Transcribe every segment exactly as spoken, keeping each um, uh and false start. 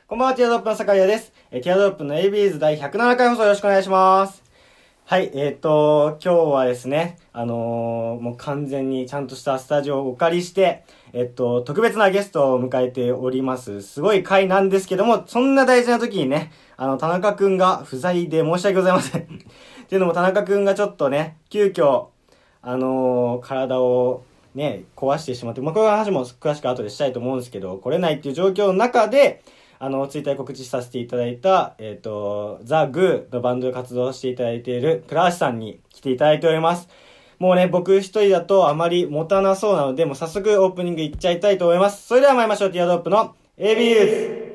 こんばんは、ティアドロップの坂井です。えー、ティアドロップの エービー ズだいひゃくななかい放送よろしくお願いします。はい、えっと、今日はですね、あのー、もう完全にちゃんとしたスタジオをお借りして、えっと、特別なゲストを迎えております。すごい回なんですけども、そんな大事な時にね、あの、田中くんが不在で申し訳ございません。っていうのも田中くんがちょっとね、急遽、あのー、体をね、壊してしまって、まあ、こういう話も詳しく後でしたいと思うんですけど、来れないっていう状況の中で、あの、ツイッターで告知させていただいた、えっと、ザ・グーのバンドで活動していただいている倉橋さんに来ていただいております。もうね、僕一人だとあまり持たなそうなので、もう早速オープニングいっちゃいたいと思います。それでは参りましょう。ティアドロップの エービー ユーズ。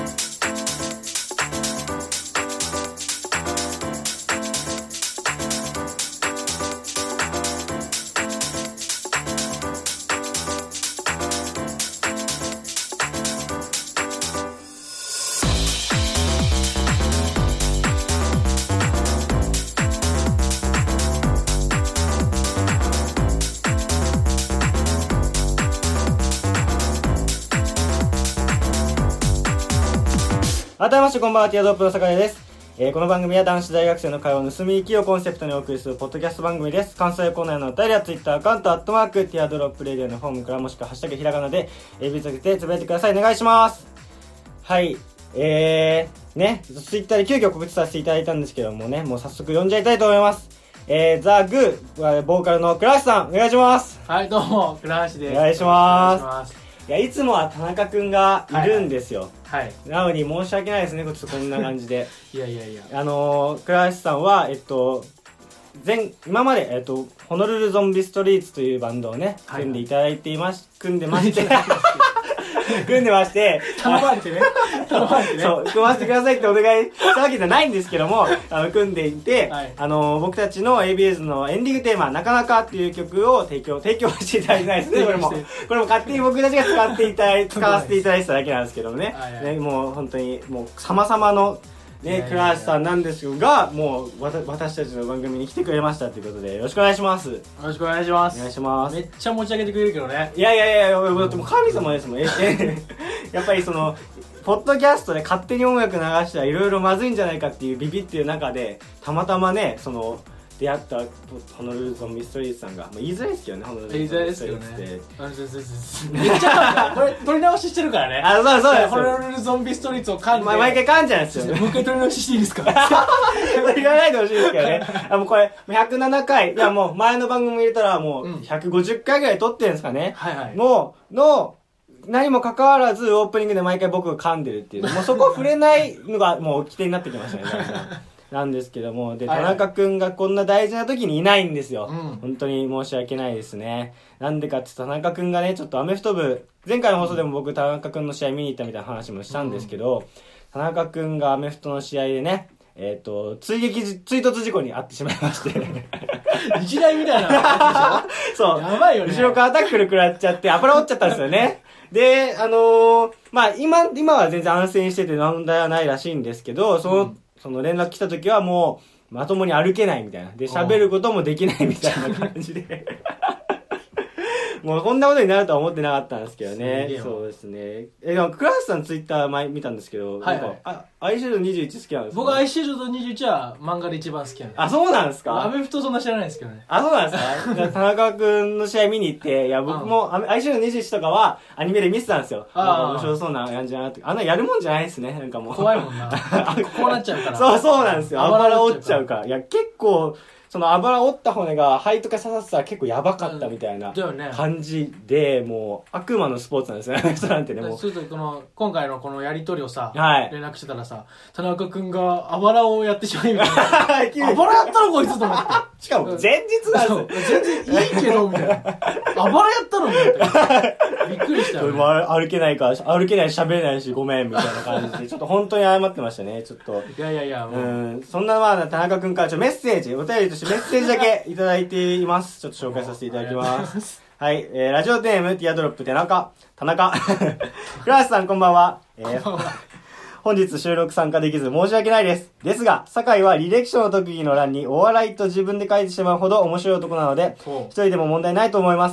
改めましてこんばんは、ティアドロップの坂井です。えー、この番組は男子大学生の会話を盗み聞きをコンセプトにお送りするポッドキャスト番組です。感想やコーナーのお便りはツイッターアカウント、アットマーク、ティアドロップレディオのホームからもしくはハッシュタグひらがなで エービー つけてつぶやいてください。お願いします。はい。えー、ね、ツイッターで急遽告知させていただいたんですけどもね、もう早速呼んじゃいたいと思います。えー、ザ・グー、ボーカルの倉橋さん、お願いします。 はい、どうも、倉橋です。 お願いします。お願いします。いや、いつもは田中くんがいるんですよ。 はい。はい、 なのに申し訳ないですね、ちょっとこんな感じで。 いやいやいや。 あのー、倉橋さんは、えっと、前、今まで、えっと、ホノルルゾンビストリートというバンドをね、組んでいただいていまし、組んでまして、組んでまして、 頼まれてね。頼まれてね。 そう、組ませてくださいってお願いしたわけじゃないんですけども、あの、組んでいて、はい、あの、僕たちの エービーエス のエンディングテーマ、なかなかっていう曲を提供、提供していただいてないですね、これも。これも勝手に僕たちが使っていただい、使わせていただいてただけなんですけどもね。ね、もう本当に、もう様々の、ね、倉橋さんなんですが、もうわた私たちの番組に来てくれましたということで、よろしくお願いします。よろしくお願いします。 お願いします。 めっちゃ持ち上げてくれるけどね。 いやいやいやいや、だってもう神様ですもん。えやっぱりその、ポッドキャストで勝手に音楽流したらいろいろまずいんじゃないかっていうビビっていう中で、たまたまね、その、出会ったホノルルゾンビストリートさんが、まあ、言いづらいですけどね、ホノルルゾンビストリートって。 めっちゃこれ取り直ししてるからね。 あ、そうそうです。 ホノルルゾンビストリートを噛んで、 まあ、毎回噛んじゃうんですよね。 もう一回取り直ししていいですか？ 言わないでほしいですけどね。あ、もうこれひゃくななかい、いやもう前の番組入れたらもうひゃくごじゅっかいぐらい撮ってるんですかね。 はいはい。 もうの何もかかわらずオープニングで毎回僕が噛んでるっていう、もうそこ触れないのがもう規定になってきましたね。なんですけども、で、田中くんがこんな大事な時にいないんですよ。うん、本当に申し訳ないですね。なんでかって田中くんがね、ちょっとアメフト部、前回の放送でも僕田中くんの試合見に行ったみたいな話もしたんですけど、うん、田中くんがアメフトの試合でね、えっと、追撃、追突事故に遭ってしまいまして。 日大みたいなでしょ。そう。 やばいよね。 後ろからタックル食らっちゃって、油折っちゃったんですよね。で、あのー、まあ、今、今は全然安静してて問題はないらしいんですけど、その、うんその連絡来た時はもうまともに歩けないみたいな。で、喋ることもできないみたいな感じで。もうこんなことになるとは思ってなかったんですけどね。そうですね。え、でも、倉橋さんツイッター前見たんですけど、はいはい、なんかあアイシールドにじゅういち好きなんですか？ 僕アイシールドにじゅういちは漫画で一番好きなんです。 あ、そうなんですか？ アメフトそんな知らないですけどね。 あ、そうなんですか？田中くんの試合見に行って、いや、僕もアイシールドにじゅういちとかはアニメで見てたんですよ。ああ。面白そうなやんじゃなって。あんなやるもんじゃないですね、なんかもう。 怖いもんな。こうなっちゃうから。 そう、そうなんですよ。あばら折っちゃうから。いや、結構、そのあばら折った骨が肺とか刺さってたら結構やばかったみたいな感じで、もう悪魔のスポーツなんですね、あの人なんてね。もうちょっとこの今回のこのやり取りをさ、 はい、 連絡してたらさ、田中くんがあばらをやってしまいみたいな。あばらやったのこいつと思って。 しかも前日なんですよ。全然いいけどみたいな。あばらやったのみたいな。びっくりしたよ、ね。 歩けないから、歩けないし喋れないしごめんみたいな感じで、ちょっと本当に謝ってましたね、ちょっと。 いやいやいや、 もう。うん、そんなまあ田中くんからちょっとメッセージ、お便りとしてメッセージだけいただいています。ちょっと紹介させていただきます。はい、えー、ラジオネームティアドロップ田中、田中。倉橋さんこんばんは。えー、本日収録参加できず申し訳ないです。ですが、酒井は履歴書の特技の欄にお笑いと自分で書いてしまうほど面白い男なので、一人でも問題ないと思います。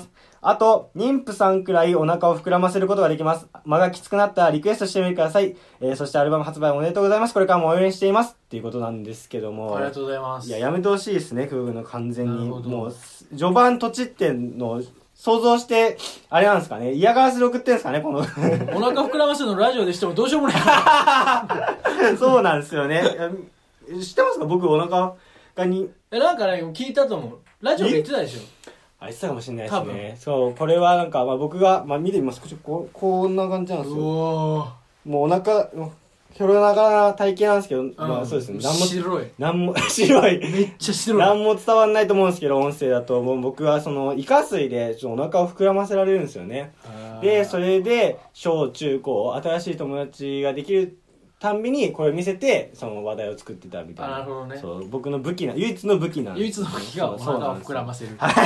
あと、妊婦さんくらいお腹を膨らませることができます。間がきつくなったらリクエストしてみてください。えー、そしてアルバム発売おめでとうございます。これからも応援しています。っていうことなんですけども。 ありがとうございます。 いや、やめてほしいですね、空軍の完全に。もう、序盤とちってんの想像して、あれなんですかね、嫌がらせで送ってんですかね、この。お腹膨らませるのラジオでしてもどうしようもない。 そうなんですよね。知ってますか僕お腹がに。 え、なんかね、聞いたと思う。ラジオで言ってたでしょ。 あ、言ってたかもしれないですね。そう、これはなんか、まあ僕が、まあ見てみます。ここんな感じなんですよ。もうお腹、ひょろ長な体型なんですけど、うん、まあそうですね。なんも白い。 なんも、白い。 めっちゃ白い。 なんも伝わんないと思うんですけど、音声だと、もう僕はその、イカ水でちょっとお腹を膨らませられるんですよね。で、それで、小中高、新しい友達ができるたんびにこれを見せて、その話題を作ってたみたいな。 なるほどね。 そう、僕の武器な、唯一の武器なんです。 唯一の武器がお腹を膨らませる。 はい。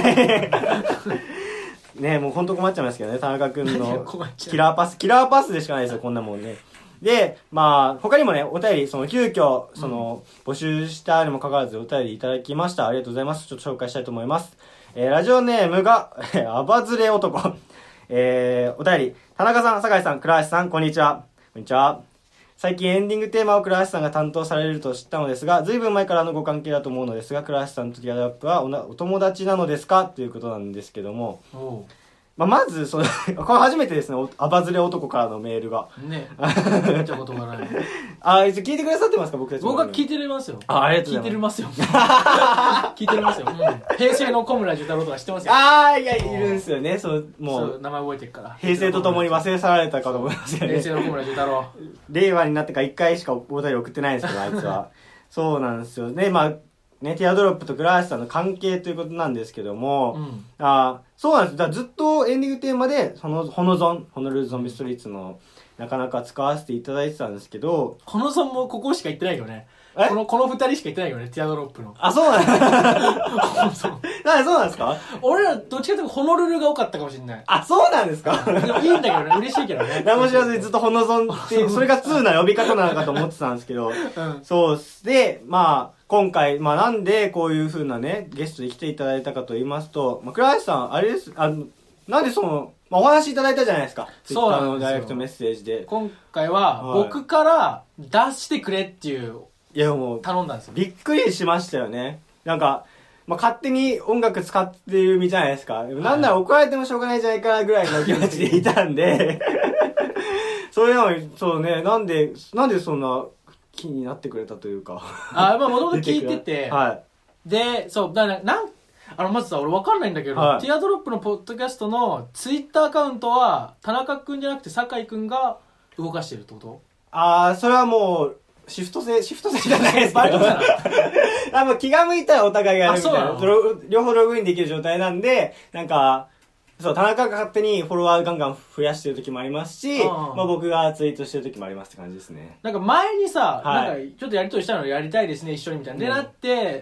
ね、もうほんと困っちゃいますけどね、田中くんのキラーパス、キラーパスでしかないですよ、こんなもんね。で、まあ、他にもね、お便り、その、急遽、その、うん、募集したにもかかわらずお便りいただきました。ありがとうございます。ちょっと紹介したいと思います。えー、ラジオネームが、あばずれ男。えー、お便り、田中さん、酒井さん、倉橋さん、こんにちは。こんにちは。最近エンディングテーマを倉橋さんが担当されると知ったのですが、ずいぶん前からのご関係だと思うのですが、倉橋さんとティアドラップは お, なお友達なのですかということなんですけども、おまあ、まずそのこれ初めてですね、あばずれ男からのメールがね見たことがないあ、聞いてくださってますか僕たち。 僕は聞いてますよ。 あ、ありがとうございます。 聞いてますよ聞いてますよ、うん、平成の小村寿太郎とか知ってますよ。 ああ、いや、いるんですよね。そう、もう名前覚えてるから。 平成とともに忘れ去られたかと思いますよね。 平成の小村寿太郎令和になってからいっかいしかお便り送ってないんですけど、あいつはそうなんですよね。まあね、ティアドロップと倉橋さんの関係ということなんですけども、うん、あそうなんです。だからずっとエンディングテーマで、その、ホノゾン、ホノルルゾンビストリートの、なかなか使わせていただいてたんですけど、 ホノゾンもここしか言ってないよね。この、この二人しか言ってないよね、ティアドロップの。 あ、そうなんですかそうなんですか俺ら、どっちかというとホノルルが多かったかもしれない。 あ、そうなんですかでもいいんだけどね、嬉しいけどね。 何も知らずにずっとホノゾンって、それが通な呼び方なのかと思ってたんですけど、うん、そうで、まあ、今回、まあなんでこういう風なね、ゲストで来ていただいたかと言いますと、まあ、倉橋さん、あれです、あの、なんでその、まあ、お話いただいたじゃないですか。 そうなんですよ。 Twitter のダイレクトメッセージで。 今回は、僕から出してくれっていう、いやもう、頼んだんですよ。 びっくりしましたよね。なんか、まあ、勝手に音楽使ってる身じゃないですか。はい、なんなら怒られてもしょうがないんじゃないかなぐらいの気持ちでいたんで、そういうのに、そうね、なんで、なんでそんな気になってくれたというか。 あ、まあ、もともと聞いてて、 はい。 で、そう、だから、なん、あの、まずさ、俺わかんないんだけど、はい、ティアドロップのポッドキャストのツイッターアカウントは、田中くんじゃなくて酒井くんが動かしてるってこと？ ああ、それはもう、シフト制、シフト制じゃないですけど。あもう気が向いたらお互いがやるみたいな。両方ログインできる状態なんで、なんか、そう、田中が勝手にフォロワーガンガン増やしてる時もありますし、まあ僕がツイートしてる時もありますって感じですね。 なんか前にさ、はい、なんかちょっとやりとりしたのやりたいですね、一緒にみたいな。で、うん、なって、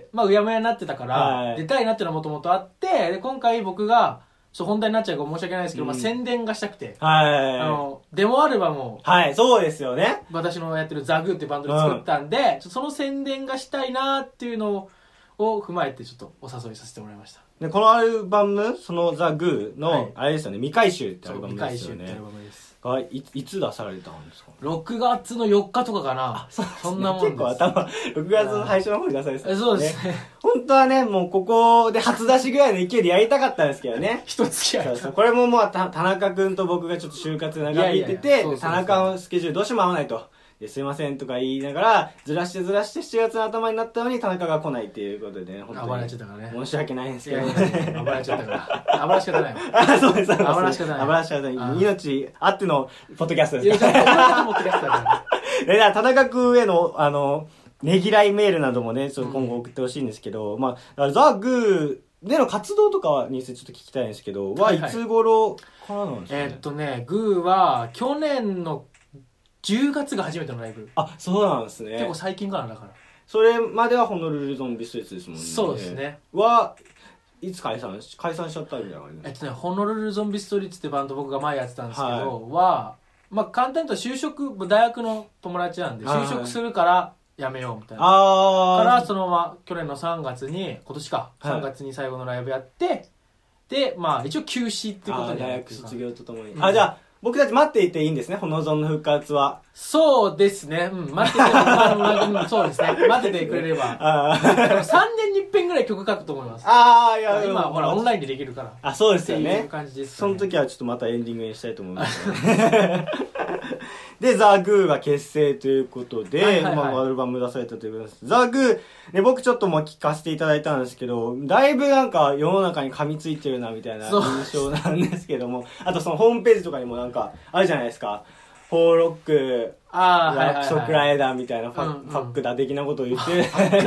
まあうやむやになってたから、はい、出たいなっていうのはもともとあって、で、今回僕が、そう本題になっちゃうから申し訳ないですけど、うん、まあ宣伝がしたくて。はい。あの、デモアルバムを。 はい、そうですよね。 私のやってるザグーってバンドで作ったんで、うん、ちょっとその宣伝がしたいなっていうのを踏まえてちょっとお誘いさせてもらいました。 で、このアルバム、そのザ・グーの、はい、あれですよね、未回収ってアルバムですよね。未回収ってアルバムです。がい、いつ出されたんですか？ ろくがつのよっかとかかな。そ, そんなもんです。 結構頭、ろくがつの最初の方に出されてたんですね。 そうですね。 本当はね、もうここで初出しぐらいの勢いでやりたかったんですけどね。 一つき合い。 そうそう。これももう田中くんと僕がちょっと就活長引いてて、田中のスケジュールどうしても合わないと。すいませんとか言いながらずらしてずらしてしちがつの頭になったのに田中が来ないっていうことでね、 本当に暴れちゃったからね、 申し訳ないんですけど、 ね、暴れちゃったから暴れしかたないわ。 あ、そうです、 暴れしかたない暴れしかたない。命あってのポッドキャストですから。いや、ポッドキャストだから。 で、田中君へのあのねぎらいメールなどもね、ちょっと今後送ってほしいんですけど、うん、まあザ・グーでの活動とかについてちょっと聞きたいんですけど、はい、はい、いつ頃からなんですかね。 えー、っとね、グーは去年のじゅうがつが初めてのライブ。 あ、そうなんですね。 結構最近からだから。 それまではホノルルゾンビストリートですもんね。 そうですね。 はいつ解散し、解散しちゃったみたいな感じ。 えっとね、ホノルルゾンビストリートってバンド僕が前やってたんですけど、はい、は、まあ簡単に言うと就職、大学の友達なんで、就職するからやめようみたいな。ああ。からそのまま去年のさんがつに、今年か、さんがつに最後のライブやって、 でまあ一応休止っていうことに大学卒業とともに、うん、あじゃあ僕たち待っていていいんですね、ほのぞんの復活は。 そうですね、うん、待ってて、まあ、そうですね、待っててくれれば。あさんねんに一遍ぐらい曲書くと思います。 ああ、いや、 今、ほら、オンラインでできるから。 あ、そうですよね。 っていう感じです、ね。 その時はちょっとまたエンディングにしたいと思いますね。で、ザ・グーが結成ということで、はいはいはい、まあ、アルバム出されたということです。ザ・グー、ね、僕ちょっとも聞かせていただいたんですけど、だいぶなんか世の中に噛みついてるなみたいな印象なんですけども、あとそのホームページとかにもなんかあるじゃないですか。フォーロックはクソくらいだみたいなファ、ファックだ的なことを言ってる。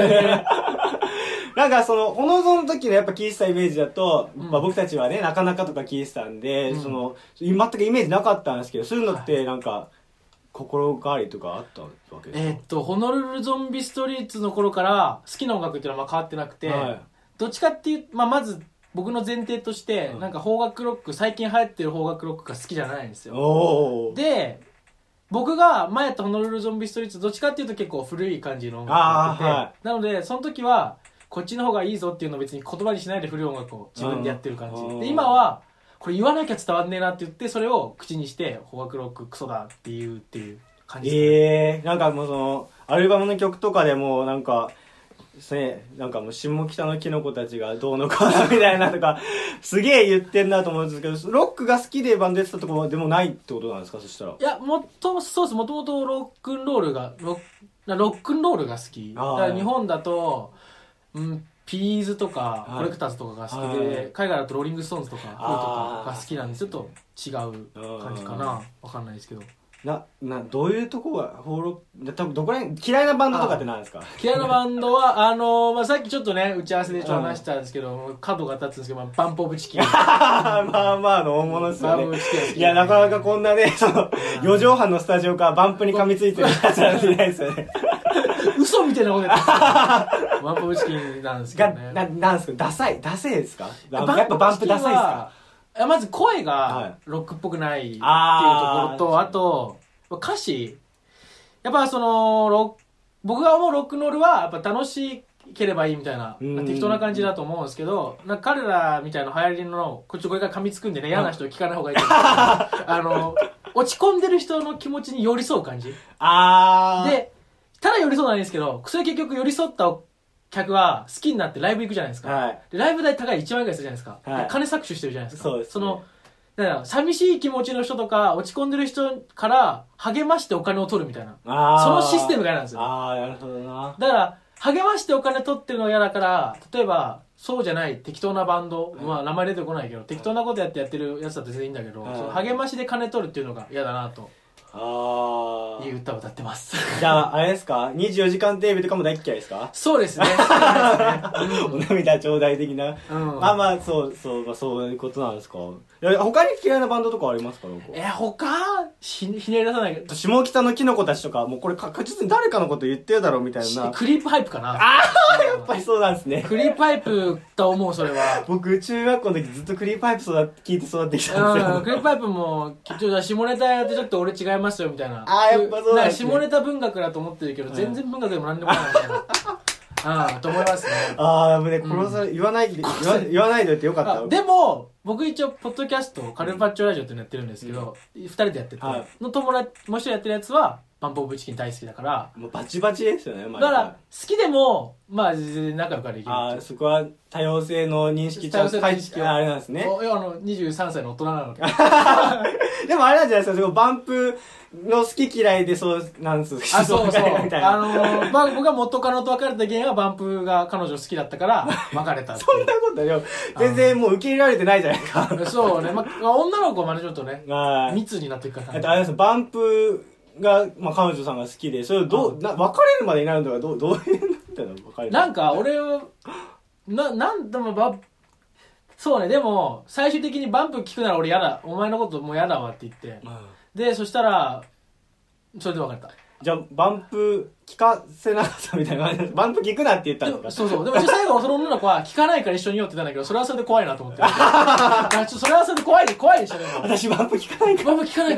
なんかその、ほのぞの時のやっぱ聞いてたイメージだと、うん、まあ僕たちはね、なかなかとか聞いてたんで、うん、その、全くイメージなかったんですけど、そういうのってなんか、心変わりとかあったわけですか？ えー、っと、ホノルルゾンビストリートの頃から好きな音楽っていうのはまあ変わってなくて、はい、どっちかっていう、まあまず僕の前提として、うん、なんか邦楽ロック、最近流行ってる邦楽ロックが好きじゃないんですよ。で、僕が前やったホノルルゾンビストリートどっちかっていうと結構古い感じの音楽やってて、はい、なのでその時はこっちの方がいいぞっていうのを別に言葉にしないで古い音楽を自分でやってる感じ、うん、で今はこれ言わなきゃ伝わんねえなって言ってそれを口にして邦楽ロッククソだっていうっていう感じですね。 えー、なんかもうそのアルバムの曲とかでもなんかね、なんかもう下北のキノコたちがどうのこうのみたいなとかすげえ言ってんなと思うんですけど、ロックが好きでバンドやってたところでもないってことなんですか？そしたら。 いや、もっとそうです。もともとロックンロールがロッロックンロールが好きだから日本だと、うん、ピーズとかコレクターズとかが好きで、はい、海外だとローリングストーンズとかフーとかが好きなんでちょっと違う感じかな。わかんないですけど。 な、な、どういうとこが、フォロー、多分どこら辺、嫌いなバンドとかって何ですか？ 嫌いなバンドは、あのー、まあ、さっきちょっとね、打ち合わせでちょっと話したんですけど、角が立つんですけど、まあ、バンプオブチキン。まあまあの大物ですよね。バンプオブチキン。いや、なかなかこんなね、その、よじはんのスタジオからバンプに噛みついてるやつなんていないですよね。 嘘みたいなこと言ってバンプオブチキンなんですけどね。 な、なんですか？ダサい、ダセいですか？やっぱバンプダサいですか？ まず声がロックっぽくないっていうところと、はい、あと、歌詞やっぱそのロ僕が思うロックンロールはやっぱ楽しければいいみたいな適当な感じだと思うんですけど、なんか彼らみたいな流行りのこっちこれが噛みつくんでね、嫌な人は聞かない方がいいと思うあの落ち込んでる人の気持ちに寄り添う感じあで、ただ寄り添うないんですけど、それ結局寄り添った客は好きになってライブ行くじゃないですか、はい、でライブ代高いいちまん円ぐらいするじゃないですか、はい、金搾取してるじゃないですか。 そうですね。 そのだから寂しい気持ちの人とか落ち込んでる人から励ましてお金を取るみたいな、そのシステムが嫌なんですよ。 ああ、なるほどな。 だから励ましてお金取ってるのが嫌だから、例えばそうじゃない適当なバンド、まあ名前出てこないけど適当なことやってやってるやつだって全然いいんだけど、その励ましで金取るっていうのが嫌だなとあいう歌を歌ってます。 じゃああれですか、にじゅうよじかんテレビとかも大嫌いですか？ そうですね。 お涙頂戴的な、うん、まあまあそうそう、まあ、そういうことなんですか。いや他に嫌いなバンドとかありますか？ え他ひ, ひねり出さないけど、 下北のキノコたちとかもうこれ確実に誰かのこと言ってるだろうみたいな。 クリープハイプかな。 ああやっぱりそうなんですね。 クリープハイプと思う。それは僕中学校の時ずっとクリープハイプ育聞いて育ってきたんですよ、 うん、クリープハイプもちょっと下ネタやってちょっと俺違いますよみたいな。 ああやっぱそうなんですね。 下ネタ文学だと思ってるけど、うん、全然文学でも何でもないみたいなああと思いますね。 ああ、ね、殺され、うん、言わないで、言わ、言わないでってよかった。 でも、僕一応、ポッドキャスト、カルパッチョラジオっていうのやってるんですけど、二、うん、人でやってて、はい、の友達、もう一人やってるやつは、バンプオブチキン大好きだから。 もうバチバチですよね、 だから、好きでも、まあ、全然仲良くはできる。 ああ、そこは多様性の認識、 多様性の認識はあれなんですね。 いや、あの、にじゅうさんさいの大人なので。 でもあれなんじゃないですか、そのバンプの好き嫌いでそうなんです。 あ、そうそう。あのー、まあ、僕が元カノと別れた原因はバンプが彼女好きだったから別れたっていう。 そんなことよ。全然もう受け入れられてないじゃないか。 そうね。まあ、女の子はまだちょっとね、密になっていくから。 あとあれですバンプが、まあ、彼女さんが好きで、それをどう、うん、な別れるまでになるのがどう、どういうの別れるなんか、俺は、な、なんでもば、そうね、でも、最終的にバンプ聞くなら俺嫌だ。お前のこともう嫌だわって言って。うん、で、そしたら、それで別れた。 じゃあ、バンプ聞かせなかったみたいな。バンプ聞くなって言ったんですか？ そうそう。でも最後その女の子は聞かないから一緒にいようって言ったんだけど、それはそれで怖いなと思って。ちょっとそれはそれで怖いで、怖いでしょ、でも。 私バンプ聞かないから。 バンプ聞かないから、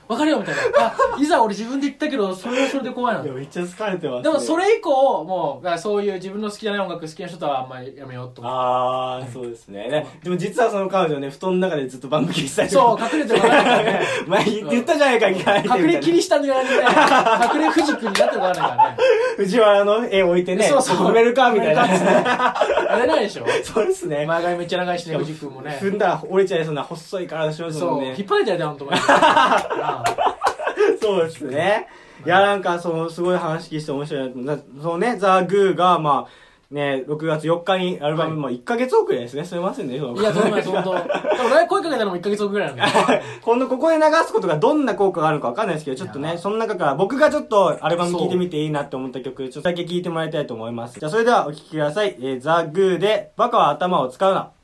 わかるよみたいな。あ、いざ俺自分で言ったけど、それはそれで怖いの。 いやめっちゃ疲れてますね。 でもそれ以降、もう、そういう自分の好きじゃない音楽好きな人とはあんまりやめようと思って。 あー、そうですね。ででも実はその彼女ね、布団の中でずっと番組したりそう、隠れてもらわないからね。 前言ったじゃないか、 隠れキリシタンのようにね、隠れ藤君になってもらわないからね。 藤原の絵置いてね、 そうそう。 埋めるかみたいな。 あれないでしょ。 そうですね。 前髪めっちゃ長いしね、藤君もね。 踏んだら折れちゃいそうな細い体しますもんね。 そう、引っ張れちゃうよ、ほんと前。 そうですね。いや、なんか、その、すごい話聞いて面白いな。そのね、ザ・グーが、まあ、ね、ろくがつよっかにアルバム、はい、まあいっかげつ遅れですね。すいませんね。いや、とんでもないです、ほんと。俺声かけたのもいっかげつ遅れなんで。 今度ここで流すことがどんな効果があるのかわかんないですけど、ちょっとね、その中から僕がちょっとアルバム聴いてみていいなって思った曲、ちょっとだけ聴いてもらいたいと思います。じゃあそれではお聴きください。えー、ザ・グーで、バカは頭を使うな。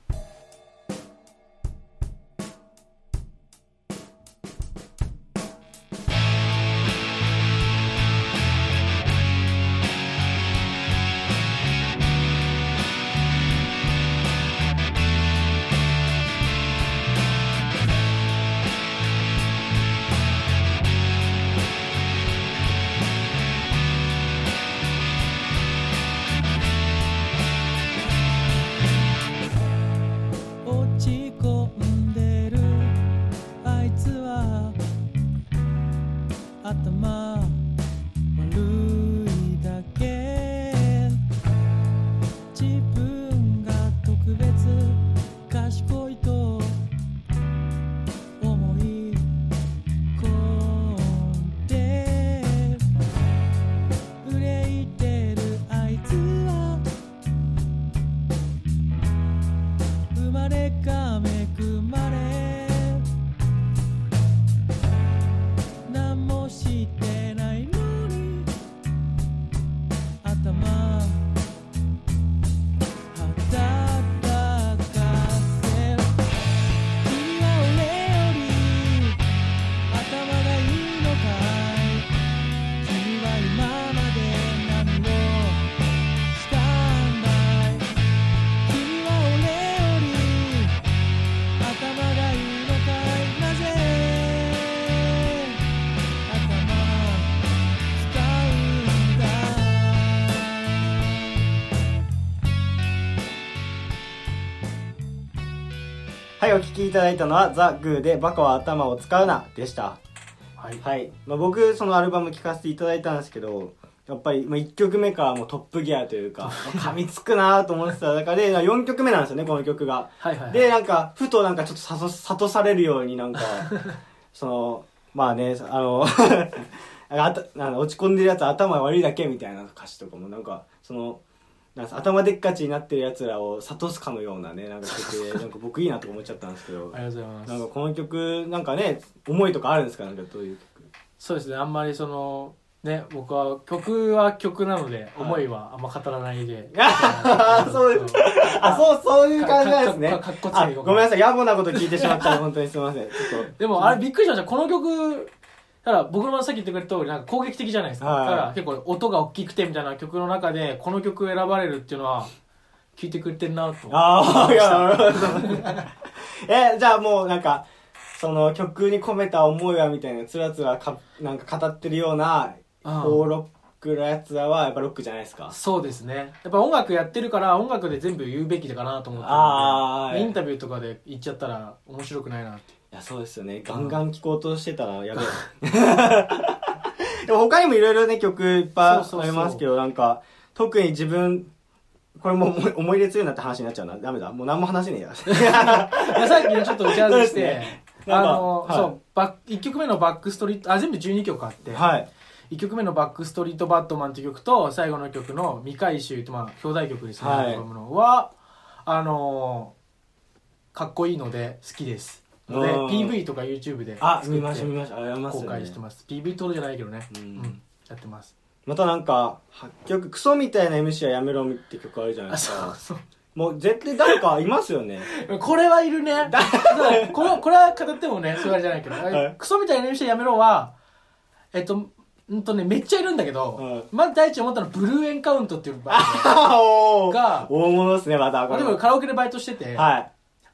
はい、お聴きいただいたのはザ・グーでバカは頭を使うなでした。はい、はい、まあ、僕そのアルバム聴かせていただいたんですけど、やっぱりいっきょくめからもうトップギアというか噛みつくなと思ってた中でよんきょくめなんですよね、この曲が。はいはいはい、でなんかふとなんかちょっと諭諭されるようになんかそのまあね、あのあたあの落ち込んでるやつ頭悪いだけみたいな歌詞とかもなんかそのなんか頭でっかちになってるやつらを諭すかのようなね、なんか曲でなんか僕いいなと思っちゃったんですけどありがとうございます。 なんかこの曲なんかね、思いとかあるんですか？なんかどういう曲？ そうですね、あんまりそのね、僕は曲は曲なので、はい、思いはあんま語らないで。 あそうです。あ、そう、そういう感じなんですね。 かかかっこつけごめんなさい、野暮なこと聞いてしまったら本当にすみません。ちょっとでもあれびっくりしました。この曲ただ僕のさっき言ってくれた通りなんか攻撃的じゃないですか。はい、だから結構音が大きくてみたいな曲の中でこの曲選ばれるっていうのは聞いてくれてるなと思って。ああ、いや、なるほど。 え、じゃあもうなんかその曲に込めた思いはみたいなつらつらかなんか語ってるようなフォーロックのやつらはやっぱロックじゃないですか。 そうですね。やっぱ音楽やってるから音楽で全部言うべきだかなと思ってるので、インタビューとかで言っちゃったら面白くないなって。 いやそうですよね。ガンガン聴こうとしてたらやべえ。でも他にもいろいろね曲いっぱいありますけど、なんか特に自分これもう思い出強いなって話になっちゃうな。ダメだ。もう何も話せねえや。 いやさっきねちょっと打ち合わせして、あの、はい、そうバいっきょくめのバックストリートあ全部じゅうにきょくあって、はい、いっきょくめのバックストリートバットマンっていう曲と最後の曲の未回収ってまあ表題曲ですね。はい、のはあのー、かっこいいので好きです。で ピーブイ とか YouTube であ見ました見ました公開してます。 ピーブイ 登録じゃないけどね、うんうん、やってます。 またなんかはっきょくクソみたいな エムシー はやめろって曲あるじゃないですか。そうそうもう絶対誰かいますよね。 これはいるね。これこれは語ってもねそれじゃないけど、はい、クソみたいな エムシー はやめろはえっとんとねめっちゃいるんだけど、はい、まず第一思ったのはブルーエンカウントっていうバンドが大物ですね。また例えばカラオケでバイトしてて、はい、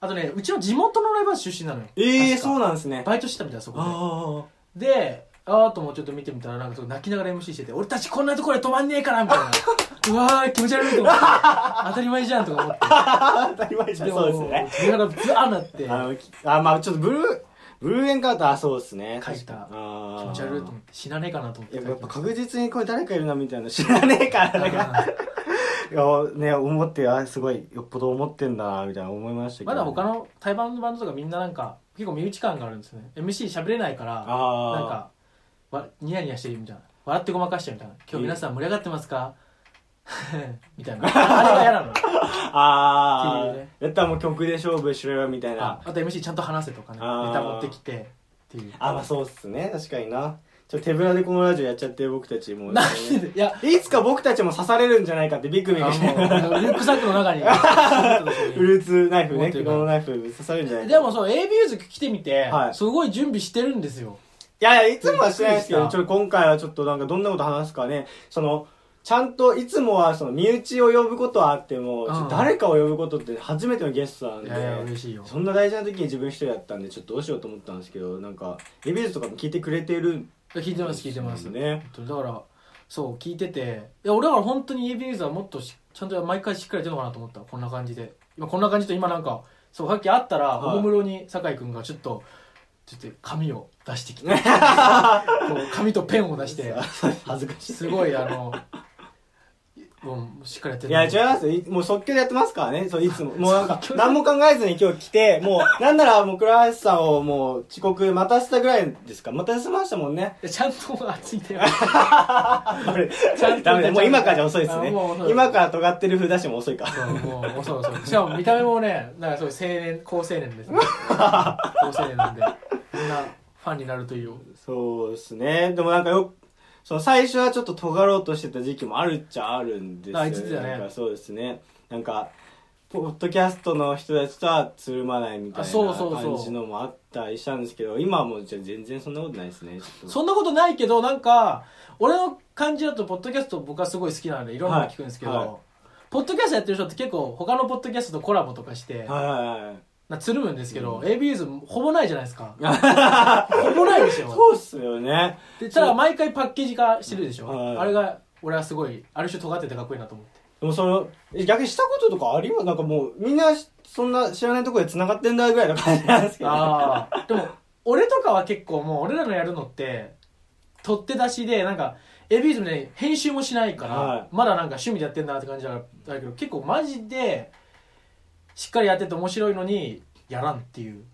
あとね、うちの地元のライブハウス出身なのよ。 ええー、そうなんですね。 バイトしてたみたいな、そこで。 あで、あーともちょっと見てみたら、なんか泣きながら エムシー してて、俺たちこんなところで止まんねえからみたいな。うわー、気持ち悪いと思って。当たり前じゃんとか思って。 当たり前じゃん、そうですね。 手柄ブワーなって。 あの、あ、まあちょっとブルー、ブルーエンカウンター、あ、そうですね。 書いた。気持持ち悪いと思って。死なねえかなと思って。 やっぱ確実にこれ誰かいるなみたいな、知らねえから、なんか。いや、ね、思って、あ、すごい、よっぽど思ってんだな、みたいな思いましたけど、ね。 まだ他の対バンのバンドとかみんななんか、結構身内感があるんですね。エムシー 喋れないから、なんか、わニヤニヤしてるみたいな。笑ってごまかしてるみたいな。今日皆さん盛り上がってますかみたいな。あれが嫌なの。 あー。ね、やったらもう曲で勝負しろよ、みたいな。 あ, あと エムシー ちゃんと話せとかね。ネタ持ってきて、っていう。 あ、まあそうっすね。確かにな。ちょっと手ぶらでこのラジオやっちゃってる僕たちも、ね。 なんでいや、 いつか僕たちも刺されるんじゃないかってビクビクして。リュックサックの中に。 フルーツナイフね。このナイフ刺されるんじゃないか。 でもそう、エービー ユーズ来てみて、 はい、 すごい準備してるんですよ。 いやいや、いつもはしてないですけど、ちょっと今回はちょっとなんかどんなこと話すかね。その、ちゃんといつもはその身内を呼ぶことはあっても、うん、誰かを呼ぶことって初めてのゲストなんで、いやいや嬉しいよ。そんな大事な時に自分一人だったんで、ちょっとどうしようと思ったんですけど、なんか、エビーズとかも聞いてくれてる。 聞いてます聞いてますね。だからそう聞いてて、いや俺は本当に エービー ユーズはもっとちゃんと毎回しっかりやってるのかなと思った。こんな感じで今こんな感じと今なんかそうさっき会ったらおもむろに酒井君がちょっとちょっと紙を出してきてこう紙とペンを出して恥ずかしいすごいあのもうしっかりやってる。 いや違いますよ。もう即興でやってますからね。そういつももうなんか何も考えずに今日来て、もうなんならもう倉橋さんをもう遅刻待たせたぐらいですか。待たせましたもんね。 ちゃんと熱いてよ。 あれちゃんとダメだ。もう今からじゃ遅いですね。今から尖ってる風出しても遅いか。 そうもう遅い遅い。しかも見た目もね、なんかそういう青年高青年ですね。高青年なんでみんなファンになるという。 そうですね。でもなんかよその最初はちょっと尖ろうとしてた時期もあるっちゃあるんですよね。 あいつだね。 なんかそうですね。なんかポッドキャストの人たちとはつるまないみたいな感じのもあったりしたんですけど、今はもうじゃ全然そんなことないですね。 そんなことないけど、なんか俺の感じだとポッドキャスト僕はすごい好きなのでいろんなの聞くんですけど、はいはい、ポッドキャストやってる人って結構他のポッドキャストとコラボとかして、はいはいはい、なつるむんですけど、うん、エービー ユーズほぼないじゃないですか。ほぼないでしょ。 そうっすよね。 でただ毎回パッケージ化してるでしょ、はい、あれが俺はすごいある種尖っててかっこいいなと思って。 でもその逆にしたこととかあります？なんかもうみんなそんな知らないところで繋がってんだぐらいの感じなんですけど、ね、 ああでも俺とかは結構もう俺らのやるのって取って出しでなんかエービー ユーズね編集もしないから、はい、まだなんか趣味でやってんだなって感じだけど、結構マジでしっかりやってて面白いのにやらんっていう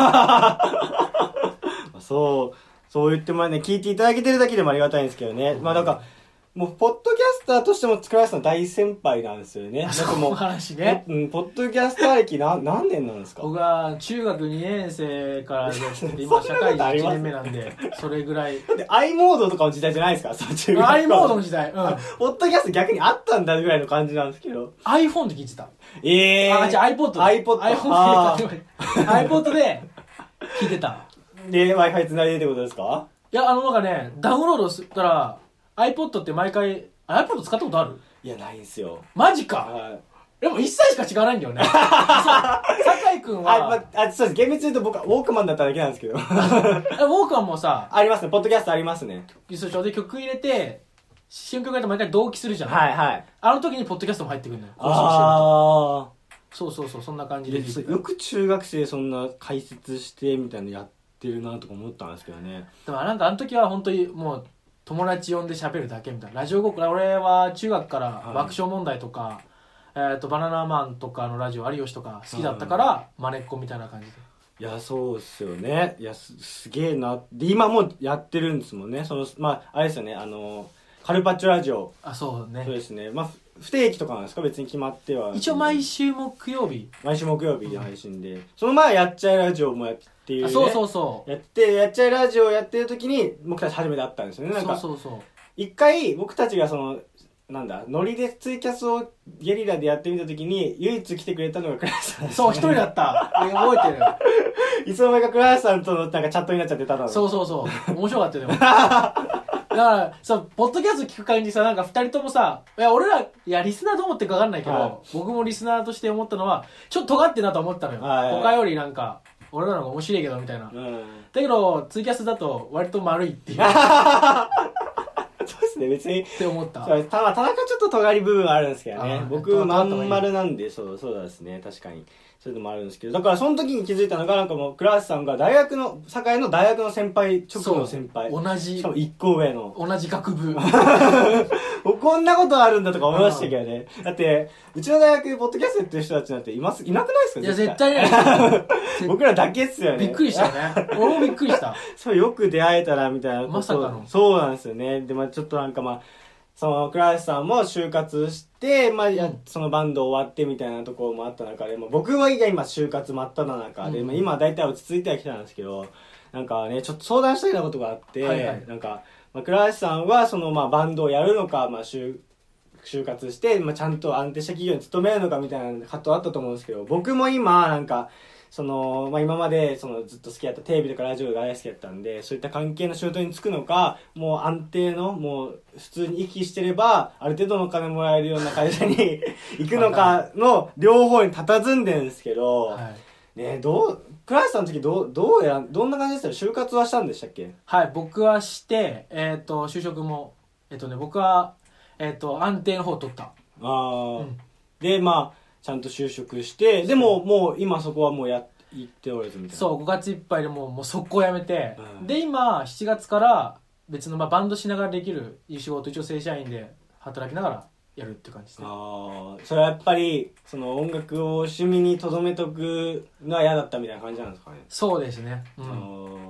そうそう言ってもね聞いていただけてるだけでもありがたいんですけどね、まあなんかもうポッドキャスターとしても作られたの大先輩なんですよね。なんかもう話ね、 うん、ポッドキャスター歴な何年なんですか？ 僕は中学にねん生からで今社会人いちねんめなんでそれぐらいで i モードとかの時代じゃないですか？そ中学 i モードの時代、うん、 ポッドキャスト逆にあったんだぐらいの感じなんですけど iPhone で聞いてた。 ええー、 あじゃあ iPod で iPod iPhone iPod で聞いてたで Wi-Fi つないでってことですか？ いやあのなんかねダウンロードしたら iPod って毎回 iPod 使ったことある？ いやないんすよ。 マジか、はい、でも一切しか違わないんだよね酒井君はあ、まあ、そうです。厳密に言うと僕はウォークマンだっただけなんですけどウォークマンもさありますね。ポッドキャストありますね。 そうで曲入れて新曲やると毎回同期するじゃん。 はいはい。 あの時にポッドキャストも入ってくるのよ。更新してると。 そうそうそうそんな感じで。 よく中学生そんな解説してみたいなのやってるなとか思ったんですけどね。 でもなんかあの時は本当にもう友達呼んで喋るだけみたいなラジオごっこ。俺は中学から爆笑問題とか、はい、えー、とバナナマンとかのラジオ有吉とか好きだったから、はい、マネっ子みたいな感じで。 いやそうっすよね。いや す, すげえな。で今もやってるんですもんね。そのまああれですよね、あのカルパッチョラジオ。 あそうね。 そうですね。まあ不定期とかなんですか？別に決まっては。 一応毎週木曜日。 毎週木曜日で配信で、うん、その前やっちゃいラジオもやっていう、ね、 そうそうそうやってやっちゃいラジオやってる時に僕たち初めて会ったんですよね。なんかそうそうそう。 一回僕たちがそのなんだノリでツイキャスをゲリラでやってみた時に唯一来てくれたのが倉橋さんです。 そう一人だった覚えてるいつの間にか倉橋さんとのなんかチャットになっちゃってたの。 そうそうそう面白かったよでもだからさ、ポッドキャスト聞く感じさ、なんか二人ともさ、いや俺ら、いやリスナーと思ってるか分かんないけど、はい、僕もリスナーとして思ったのはちょっと尖ってるなと思ったのよ、はいはい、他よりなんか俺らの方が面白いけどみたいな、うん、だけどツイキャスだと割と丸いっていうそうですね、別にって思った。 そうた田中ちょっと尖り部分はあるんですけどね、僕まん丸なんで、そうそうですね、確かにそういうのもあるんですけど、だからその時に気づいたのが、なんかもう倉橋さんが大学の堺の大学の先輩、直の先輩、 同じ、 しかも一個上の同じ学部こんなことあるんだとか思いましたけどね。だってうちの大学でポッドキャストやってる人たちなんていますいなくないですか？ いや絶対ない僕らだけっすよね。 びっくりしたね。俺もびっくりした。 そう、よく出会えたらみたいなこと。 まさかの。 そうなんですよね。でまあちょっとなんかまあその倉橋さんも就活して、まあ、やそのバンド終わってみたいなところもあった中で、まあ、僕は今就活真っ只中で、うん、まあ、今大体落ち着いてはきたんですけど、なんかねちょっと相談したいなことがあって、はいはい、なんか、まあ、倉橋さんはそのまあバンドをやるのか、まあ、就就活して、まあ、ちゃんと安定した企業に勤めるのかみたいな葛藤あったと思うんですけど、僕も今なんかその、まあ、今までそのずっと好きだったテレビとかラジオが大好きだったんで、そういった関係の仕事に就くのか、もう安定のもう普通に息してればある程度のお金もらえるような会社に行くのかの両方に佇んでるんですけど、はい、ね、どう倉橋さんの時どうどうやどんな感じでした？就活はしたんでしたっけ？ はい、僕はしてえっ、ー、と就職もえっ、ー、とね僕はえっ、ー、と安定の方を取った。ああ、うん、でまあちゃんと就職して、でももう今そこはもうや行っておらずみたいな。 そう、ごがついっぱいでもうもう速攻辞めて、うん、で今しちがつから別の、まあ、バンドしながらできるいい仕事、一応正社員で働きながらやるって感じですね。 ああ、それはやっぱりその音楽を趣味にとどめとくのは嫌だったみたいな感じなんですかね？ そうですね、うん、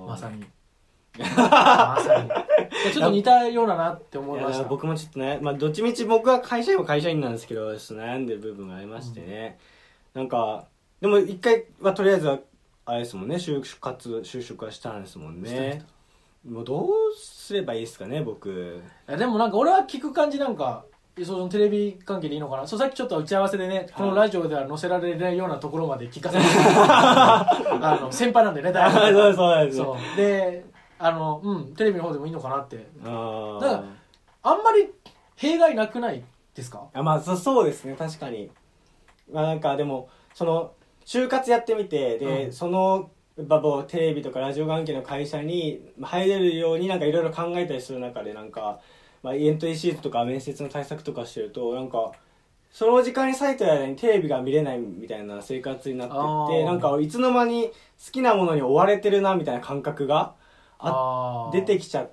まさにまさにちょっと似たようだなって思いました。 僕もちょっとね、まあ、どっちみち僕は会社員は会社員なんですけど、ちょっと悩んでる部分がありましてね、うん、なんかでも一回はとりあえずはあれですもんね、就活就職はしたんですもんね。もうどうすればいいですかね、僕。 いやでもなんか俺は聞く感じなんかそのテレビ関係でいいのかな。そう、さっきちょっと打ち合わせでね、はい、このラジオでは載せられないようなところまで聞かせてあの先輩なんでね、大学そうそうです。 そうで、あのうんテレビの方でもいいのかなって。あだからあんまり弊害なくないですか？ あ、まあそそうですね、確かに。まあなんかでもその就活やってみて、で、うん、そのやっぱテレビとかラジオ関係の会社に入れるようになんかいろいろ考えたりする中で、なんか、まあ、エントリーシートとか面接の対策とかしてると、なんかその時間に割いてる間にテレビが見れないみたいな生活になってって、なんかいつの間に好きなものに追われてるなみたいな感覚があ出てきちゃって、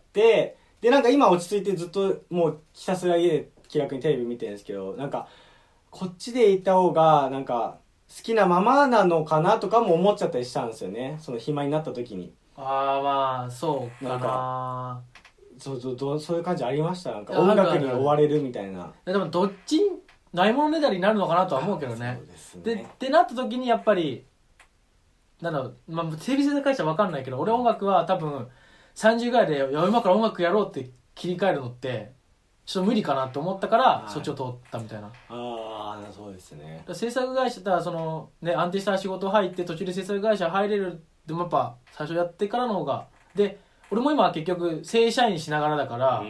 でなんか今落ち着いてずっともうひたすら家で気楽にテレビ見てるんですけど、なんかこっちでいた方がなんか好きなままなのかなとかも思っちゃったりしたんですよね、その暇になった時に。 ああ、まあそうかな。なんかそうそうどうそういう感じありました？なんか音楽に追われるみたいな。 でもどっちないものねだりになるのかなとは思うけどね。そうですね。でってなった時にやっぱりなんだろう、まあ、テレビ制作会社は分かんないけど、俺音楽は多分さんじゅうぐらいでいや今から音楽やろうって切り替えるのってちょっと無理かなと思ったから、はい、そっちを通ったみたいな。 ああ、そうですね。 制作会社だったらその、ね、安定した仕事入って途中で制作会社入れる。でもやっぱ最初やってからの方がで、俺も今は結局正社員しながらだから、うん、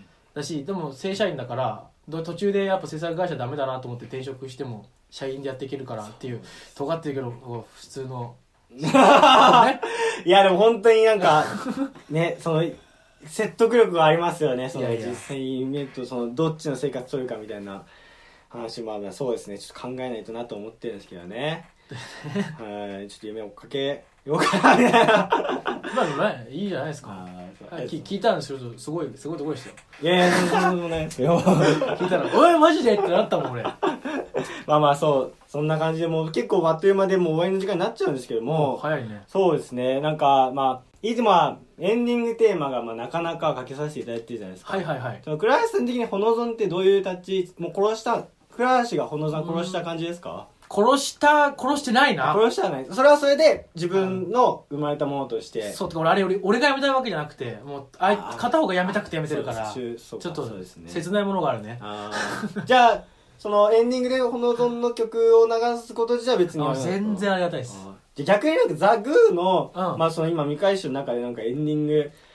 だしでも正社員だから途中でやっぱ制作会社ダメだなと思って転職しても社員でやっていけるからっていう尖ってるけど普通のね、 いやでも本当になんかね、その説得力がありますよね。その実際に見るとそのどっちの生活取るかみたいな話もある。そうですね、ちょっと考えないとなと思ってるんですけどねはい、ちょっと夢をかけようかなみたいなまあね、いいじゃないですか。はい、聞いたんですけどすごいすごいところでしたよ。 いやいやそんなことないですよ聞いたらおいマジでってなったもん俺まあまあそうそんな感じでもう結構あっという間でもう終わりの時間になっちゃうんですけども、 早いね。 そうですね、なんかまあいつもはエンディングテーマがまあなかなかかけさせていただいてるじゃないですか。 はいはいはい。 その倉橋さん的にほのぞんってどういう立ちもう殺した倉橋がほのぞん殺した感じですか？ 殺した殺してないな。 殺したはない。それはそれで自分の生まれたものとして、うん、 そうって俺あれ俺俺が辞めたいわけじゃなくて、もうあ片方が辞めたくて辞めてるから、ちょっと切ないものがあるね。 あじゃあそのエンディングでほのぞんの曲を流すこと自体は別に全然ありがたいです。 じゃ逆になんかザ・グーの、うん、まあその今未回収の中でなんかエンディング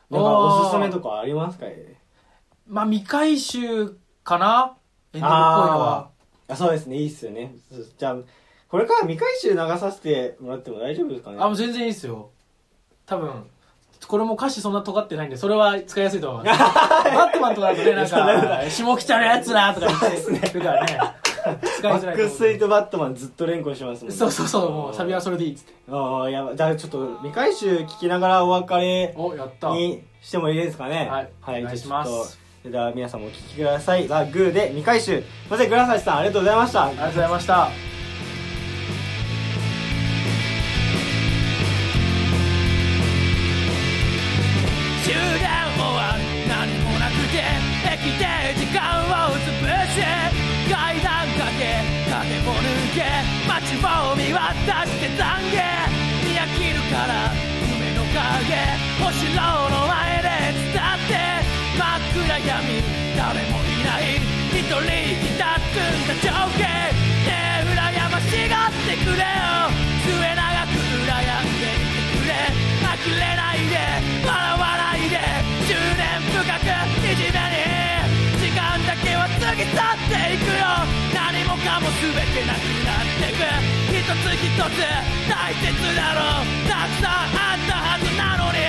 なんかおすすめとかありますか？ まあ未回収かな、エンディングっぽいのは。 あ、そうですね、いいっすよね。じゃあこれから未回収流させてもらっても大丈夫ですかね？ あ、もう全然いいっすよ。多分これも歌詞そんな尖ってないんで、それは使いやすいと思います。バットマンとかだとね、なんか下北のやつらとか言ってるからね、使いづらいと思う。 バックストリートバットマンずっと連呼しますもんね。 そうそうそう、もうサビはそれでいいっつって。 ああ、やばい。じゃあちょっと未回収聞きながらお別れお、やったにしてもいいですかね？ はい、 はい、 お願いします。 それでは皆さんもお聞きください。ザ・グーで未回収。そして倉橋さん、ありがとうございました。 ありがとうございました。 終電は何もなくて、駅で時間を潰し、階段かけ影を抜け、街を見渡して懺悔、見飽きるから夢の影、お城の前で伝って真っ暗闇、誰もいない一人ひたつんだ情景、ねえ羨ましがってくれよ、末永く羨んでいてくれ、呆れないで笑わないで、執念深くいじめに時間だけは過ぎ去っていくよ、何もかも全てなくなってく、一つ一つ大切だろう、たくさんあったはずなのに